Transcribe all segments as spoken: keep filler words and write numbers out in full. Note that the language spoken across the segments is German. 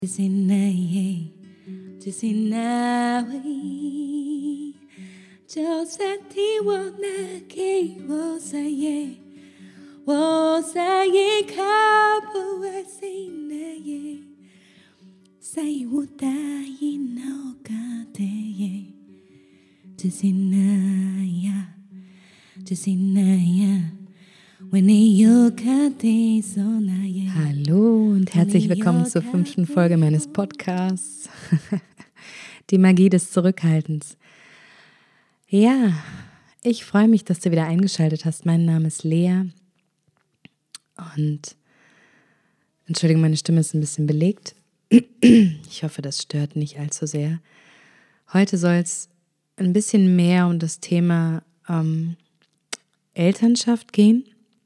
지나예 지나위 저사티 원나게 워사예 워사예 가보아시나예 사이우다이 나오가대예 지나야 지나야 Hallo und herzlich willkommen zur fünften Folge meines Podcasts, die Magie des Zurückhaltens. Ja, ich freue mich, dass du wieder eingeschaltet hast. Mein Name ist Lea und Entschuldigung, meine Stimme ist ein bisschen belegt. Ich hoffe, das stört nicht allzu sehr. Heute soll es ein bisschen mehr um das Thema ähm, Elternschaft gehen.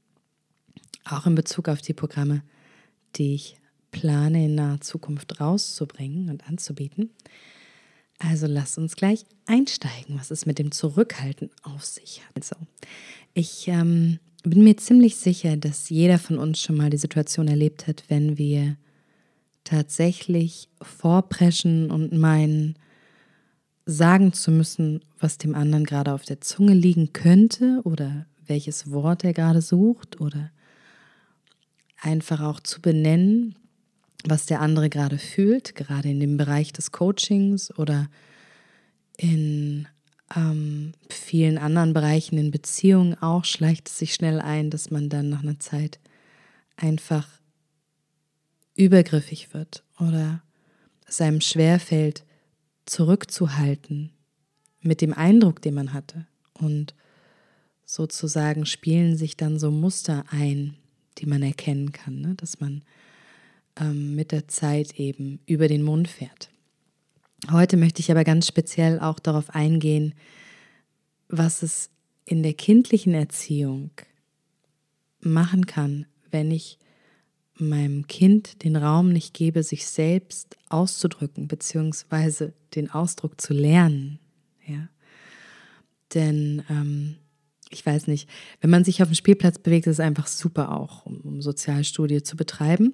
Auch in Bezug auf die Programme, die ich plane, in naher Zukunft rauszubringen und anzubieten. Also lasst uns gleich einsteigen, was es mit dem Zurückhalten auf sich hat. Also, ich ähm, bin mir ziemlich sicher, dass jeder von uns schon mal die Situation erlebt hat, wenn wir tatsächlich vorpreschen und meinen, sagen zu müssen, was dem anderen gerade auf der Zunge liegen könnte oder welches Wort er gerade sucht oder einfach auch zu benennen, was der andere gerade fühlt, gerade in dem Bereich des Coachings oder in ähm, vielen anderen Bereichen in Beziehungen auch, schleicht es sich schnell ein, dass man dann nach einer Zeit einfach übergriffig wird oder es einem schwerfällt, zurückzuhalten mit dem Eindruck, den man hatte. Und sozusagen spielen sich dann so Muster ein, die man erkennen kann, ne? Dass man ähm, mit der Zeit eben über den Mund fährt. Heute möchte ich aber ganz speziell auch darauf eingehen, was es in der kindlichen Erziehung machen kann, wenn ich meinem Kind den Raum nicht gebe, sich selbst auszudrücken, beziehungsweise den Ausdruck zu lernen. Ja? Denn ähm, ich weiß nicht, wenn man sich auf dem Spielplatz bewegt, ist es einfach super auch, um, um Sozialstudie zu betreiben.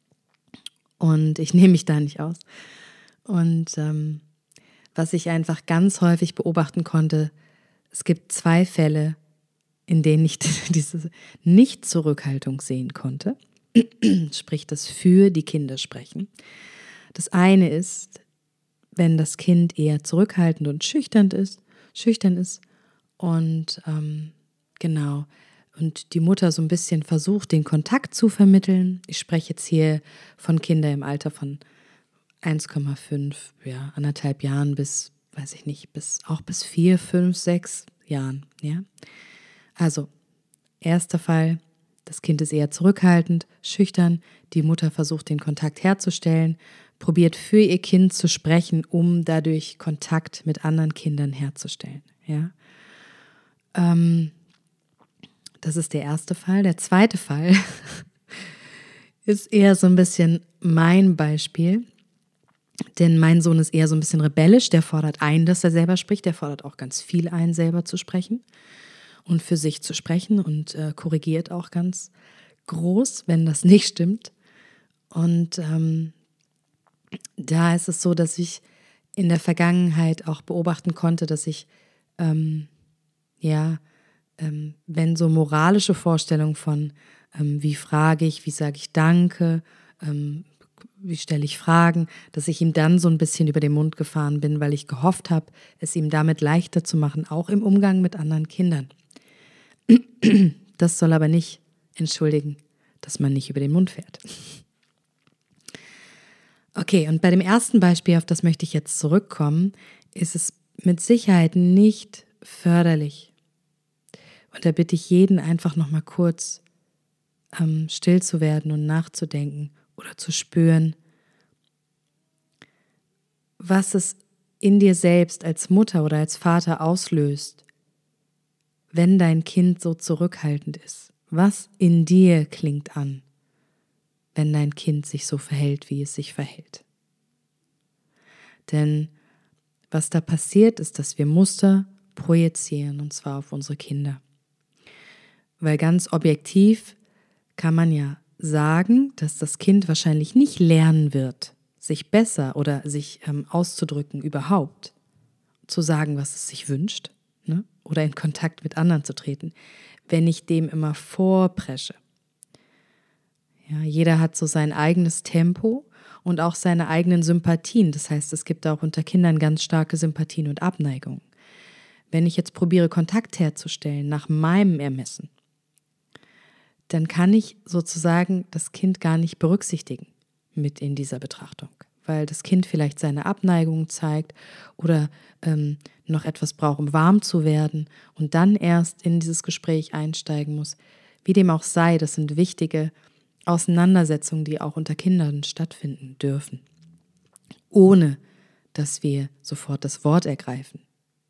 Und ich nehme mich da nicht aus. Und ähm, was ich einfach ganz häufig beobachten konnte, es gibt zwei Fälle, in denen ich diese Nicht-Zurückhaltung sehen konnte. Sprich, das für die Kinder sprechen. Das eine ist, wenn das Kind eher zurückhaltend und schüchtern ist, schüchtern ist, Und ähm, genau, und die Mutter so ein bisschen versucht, den Kontakt zu vermitteln. Ich spreche jetzt hier von Kindern im Alter von eins Komma fünf, ja, anderthalb Jahren bis, weiß ich nicht, bis auch bis vier, fünf, sechs Jahren. Ja? Also, erster Fall, das Kind ist eher zurückhaltend, schüchtern. Die Mutter versucht, den Kontakt herzustellen, probiert für ihr Kind zu sprechen, um dadurch Kontakt mit anderen Kindern herzustellen. Ja? Ähm, das ist der erste Fall. Der zweite Fall ist eher so ein bisschen mein Beispiel, denn mein Sohn ist eher so ein bisschen rebellisch, der fordert ein, dass er selber spricht, der fordert auch ganz viel ein, selber zu sprechen und für sich zu sprechen und äh, korrigiert auch ganz groß, wenn das nicht stimmt. Und ähm, da ist es so, dass ich in der Vergangenheit auch beobachten konnte, dass ich ähm, Ja, ähm, wenn so moralische Vorstellungen von, ähm, wie frage ich, wie sage ich Danke, ähm, wie stelle ich Fragen, dass ich ihm dann so ein bisschen über den Mund gefahren bin, weil ich gehofft habe, es ihm damit leichter zu machen, auch im Umgang mit anderen Kindern. Das soll aber nicht entschuldigen, dass man nicht über den Mund fährt. Okay, und bei dem ersten Beispiel, auf das möchte ich jetzt zurückkommen, ist es mit Sicherheit nicht förderlich. Und da bitte ich jeden einfach nochmal kurz ähm, still zu werden und nachzudenken oder zu spüren, was es in dir selbst als Mutter oder als Vater auslöst, wenn dein Kind so zurückhaltend ist. Was in dir klingt an, wenn dein Kind sich so verhält, wie es sich verhält. Denn was da passiert, ist, dass wir Muster projizieren, und zwar auf unsere Kinder. Weil ganz objektiv kann man ja sagen, dass das Kind wahrscheinlich nicht lernen wird, sich besser oder sich ähm, auszudrücken überhaupt, zu sagen, was es sich wünscht, ne? Oder in Kontakt mit anderen zu treten, wenn ich dem immer vorpresche. Ja, jeder hat so sein eigenes Tempo und auch seine eigenen Sympathien. Das heißt, es gibt auch unter Kindern ganz starke Sympathien und Abneigungen. Wenn ich jetzt probiere, Kontakt herzustellen nach meinem Ermessen, dann kann ich sozusagen das Kind gar nicht berücksichtigen mit in dieser Betrachtung, weil das Kind vielleicht seine Abneigung zeigt oder ähm, noch etwas braucht, um warm zu werden und dann erst in dieses Gespräch einsteigen muss. Wie dem auch sei, das sind wichtige Auseinandersetzungen, die auch unter Kindern stattfinden dürfen, ohne dass wir sofort das Wort ergreifen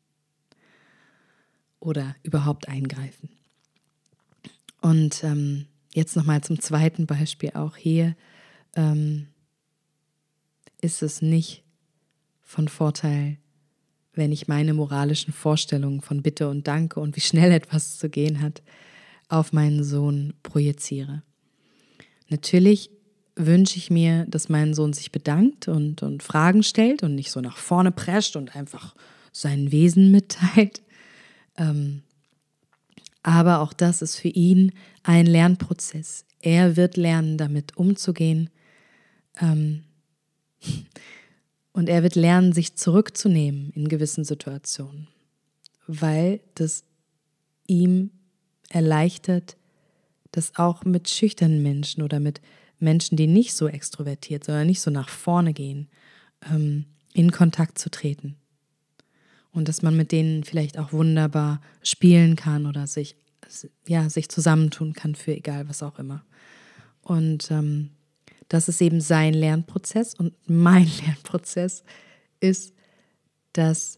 oder überhaupt eingreifen. Und ähm, jetzt nochmal zum zweiten Beispiel auch hier. Ähm, ist es nicht von Vorteil, wenn ich meine moralischen Vorstellungen von Bitte und Danke und wie schnell etwas zu gehen hat, auf meinen Sohn projiziere. Natürlich wünsche ich mir, dass mein Sohn sich bedankt und, und Fragen stellt und nicht so nach vorne prescht und einfach sein Wesen mitteilt. Ähm, aber auch das ist für ihn ein Lernprozess. Er wird lernen, damit umzugehen. Ähm, und er wird lernen, sich zurückzunehmen in gewissen Situationen, weil das ihm erleichtert, das auch mit schüchternen Menschen oder mit Menschen, die nicht so extrovertiert, sondern nicht so nach vorne gehen, ähm, in Kontakt zu treten. Und dass man mit denen vielleicht auch wunderbar spielen kann oder sich, ja, sich zusammentun kann für egal was auch immer. Und ähm, das ist eben sein Lernprozess und mein Lernprozess ist, dass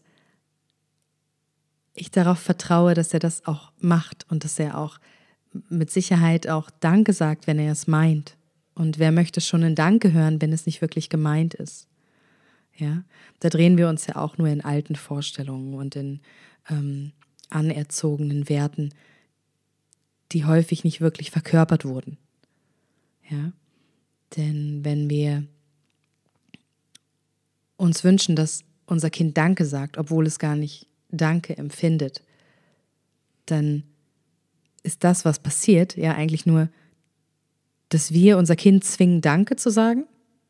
ich darauf vertraue, dass er das auch macht und dass er auch mit Sicherheit auch Danke sagt, wenn er es meint. Und wer möchte schon ein Danke hören, wenn es nicht wirklich gemeint ist? Ja, da drehen wir uns ja auch nur in alten Vorstellungen und in ähm, anerzogenen Werten, die häufig nicht wirklich verkörpert wurden. Ja, denn wenn wir uns wünschen, dass unser Kind Danke sagt, obwohl es gar nicht Danke empfindet, dann ist das, was passiert, ja eigentlich nur, dass wir unser Kind zwingen, Danke zu sagen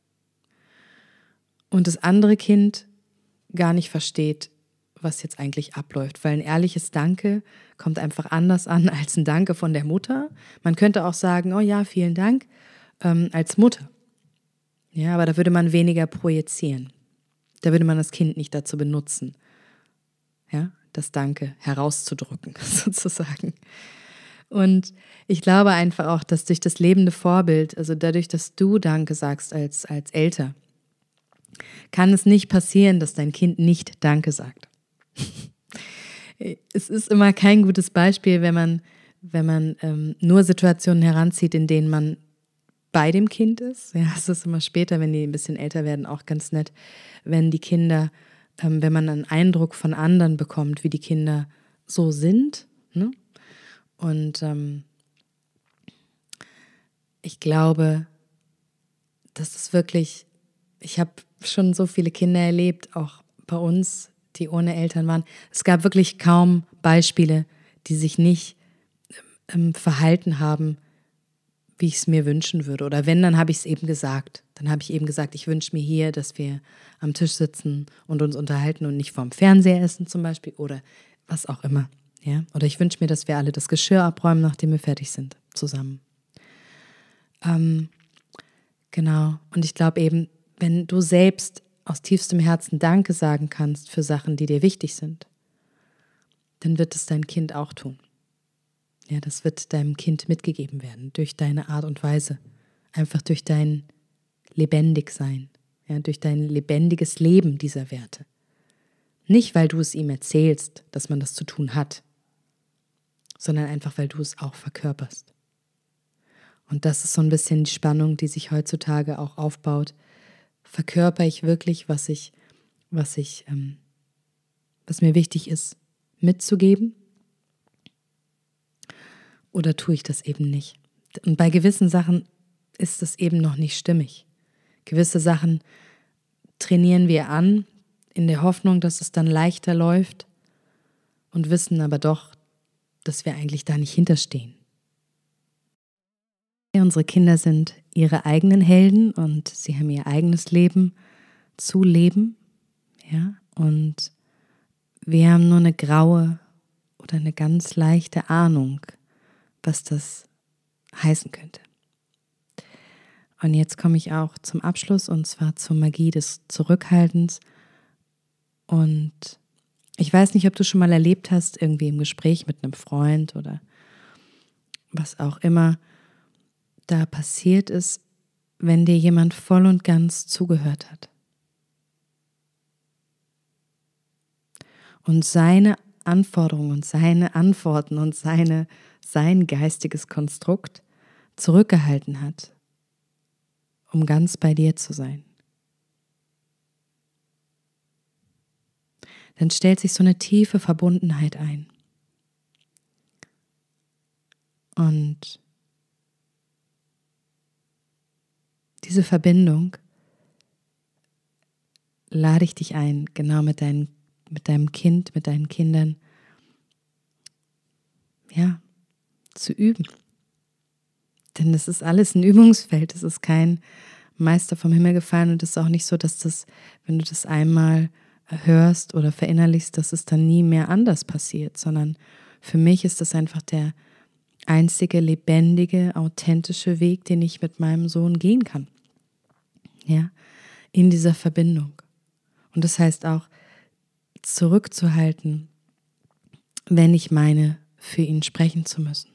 und das andere Kind gar nicht versteht, was jetzt eigentlich abläuft. Weil ein ehrliches Danke kommt einfach anders an als ein Danke von der Mutter. Man könnte auch sagen, oh ja, vielen Dank, ähm, als Mutter. Ja, aber da würde man weniger projizieren. Da würde man das Kind nicht dazu benutzen, ja, das Danke herauszudrücken, sozusagen. Und ich glaube einfach auch, dass durch das lebende Vorbild, also dadurch, dass du Danke sagst als, als Eltern, kann es nicht passieren, dass dein Kind nicht Danke sagt. Es ist immer kein gutes Beispiel, wenn man, wenn man ähm, nur Situationen heranzieht, in denen man bei dem Kind ist. Ja, es ist immer später, wenn die ein bisschen älter werden, auch ganz nett, wenn die Kinder, ähm, wenn man einen Eindruck von anderen bekommt, wie die Kinder so sind, ne? Und ähm, ich glaube, das ist wirklich, ich habe schon so viele Kinder erlebt, auch bei uns, die ohne Eltern waren. Es gab wirklich kaum Beispiele, die sich nicht ähm, verhalten haben, wie ich es mir wünschen würde. Oder wenn, dann habe ich es eben gesagt. Dann habe ich eben gesagt, ich wünsche mir hier, dass wir am Tisch sitzen und uns unterhalten und nicht vorm Fernseher essen zum Beispiel oder was auch immer. Ja? Oder ich wünsche mir, dass wir alle das Geschirr abräumen, nachdem wir fertig sind, zusammen. Ähm, genau. Und ich glaube eben, wenn du selbst aus tiefstem Herzen Danke sagen kannst für Sachen, die dir wichtig sind, dann wird es dein Kind auch tun. Ja, das wird deinem Kind mitgegeben werden, durch deine Art und Weise. Einfach durch dein Lebendigsein, ja, durch dein lebendiges Leben dieser Werte. Nicht, weil du es ihm erzählst, dass man das zu tun hat, sondern einfach, weil du es auch verkörperst. Und das ist so ein bisschen die Spannung, die sich heutzutage auch aufbaut. Verkörper ich wirklich, was ich, was ich, ähm, was mir wichtig ist, mitzugeben? Oder tue ich das eben nicht? Und bei gewissen Sachen ist das eben noch nicht stimmig. Gewisse Sachen trainieren wir an, in der Hoffnung, dass es dann leichter läuft und wissen aber doch, dass wir eigentlich da nicht hinterstehen. Unsere Kinder sind ihre eigenen Helden und sie haben ihr eigenes Leben zu leben, ja, und wir haben nur eine graue oder eine ganz leichte Ahnung, was das heißen könnte. Und jetzt komme ich auch zum Abschluss, und zwar zur Magie des Zurückhaltens. Und ich weiß nicht, ob du schon mal erlebt hast, irgendwie im Gespräch mit einem Freund oder was auch immer da passiert ist, wenn dir jemand voll und ganz zugehört hat. Und seine Anforderungen und seine Antworten und seine, sein geistiges Konstrukt zurückgehalten hat, um ganz bei dir zu sein. Dann stellt sich so eine tiefe Verbundenheit ein. Und diese Verbindung lade ich dich ein, genau mit, dein, mit deinem Kind, mit deinen Kindern, ja, zu üben. Denn das ist alles ein Übungsfeld, es ist kein Meister vom Himmel gefallen und es ist auch nicht so, dass das, wenn du das einmal hörst oder verinnerlichst, dass es dann nie mehr anders passiert, sondern für mich ist das einfach der einzige lebendige, authentische Weg, den ich mit meinem Sohn gehen kann. Ja, in dieser Verbindung. Und das heißt auch, zurückzuhalten, wenn ich meine, für ihn sprechen zu müssen.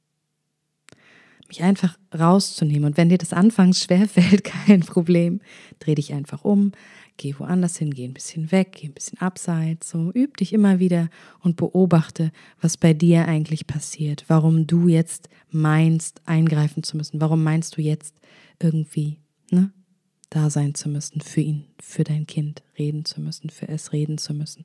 Mich einfach rauszunehmen. Und wenn dir das anfangs schwerfällt, kein Problem, dreh dich einfach um, geh woanders hin, geh ein bisschen weg, geh ein bisschen abseits, so üb dich immer wieder und beobachte, was bei dir eigentlich passiert, warum du jetzt meinst, eingreifen zu müssen, warum meinst du jetzt irgendwie, ne, da sein zu müssen für ihn, für dein Kind reden zu müssen, für es reden zu müssen.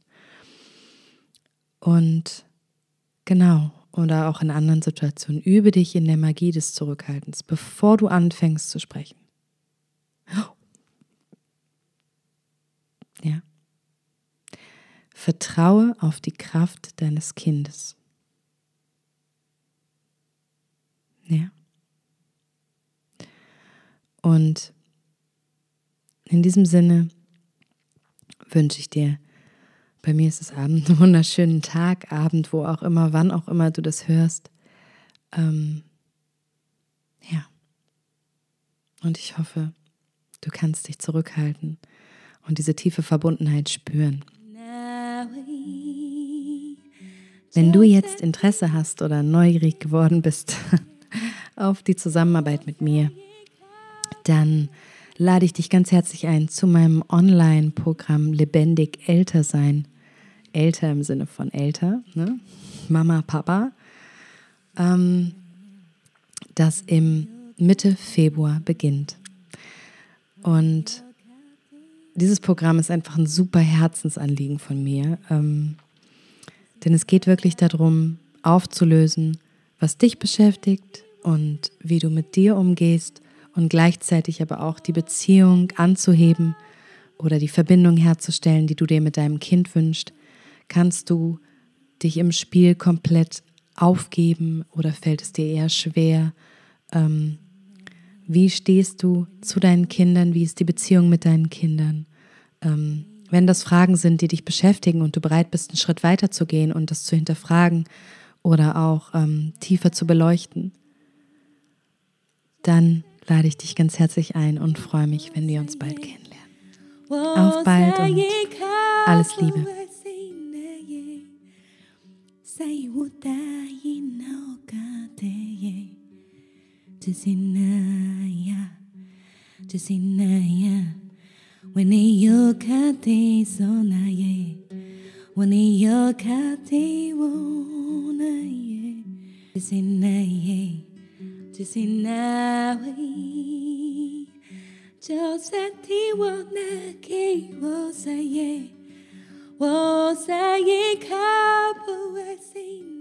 Und genau, oder auch in anderen Situationen, übe dich in der Magie des Zurückhaltens, bevor du anfängst zu sprechen. Ja. Vertraue auf die Kraft deines Kindes. Ja. Und in diesem Sinne wünsche ich dir, bei mir ist es Abend, einen wunderschönen Tag, Abend, wo auch immer, wann auch immer du das hörst. Ähm, ja. Und ich hoffe, du kannst dich zurückhalten und diese tiefe Verbundenheit spüren. Wenn du jetzt Interesse hast oder neugierig geworden bist auf die Zusammenarbeit mit mir, dann lade ich dich ganz herzlich ein zu meinem Online-Programm Lebendig Älter sein. Älter im Sinne von älter, ne? Mama, Papa, ähm, das im Mitte Februar beginnt. Und dieses Programm ist einfach ein super Herzensanliegen von mir, ähm, denn es geht wirklich darum, aufzulösen, was dich beschäftigt und wie du mit dir umgehst und gleichzeitig aber auch die Beziehung anzuheben oder die Verbindung herzustellen, die du dir mit deinem Kind wünschst. Kannst du dich im Spiel komplett aufgeben oder fällt es dir eher schwer? Ähm, wie stehst du zu deinen Kindern? Wie ist die Beziehung mit deinen Kindern? Ähm, wenn das Fragen sind, die dich beschäftigen und du bereit bist, einen Schritt weiter zu gehen und das zu hinterfragen oder auch ähm, tiefer zu beleuchten, dann lade ich dich ganz herzlich ein und freue mich, wenn wir uns bald kennenlernen. Auf bald und alles Liebe. Just in a way, just that he won't make was a yeah, was a yeah, couple I seen.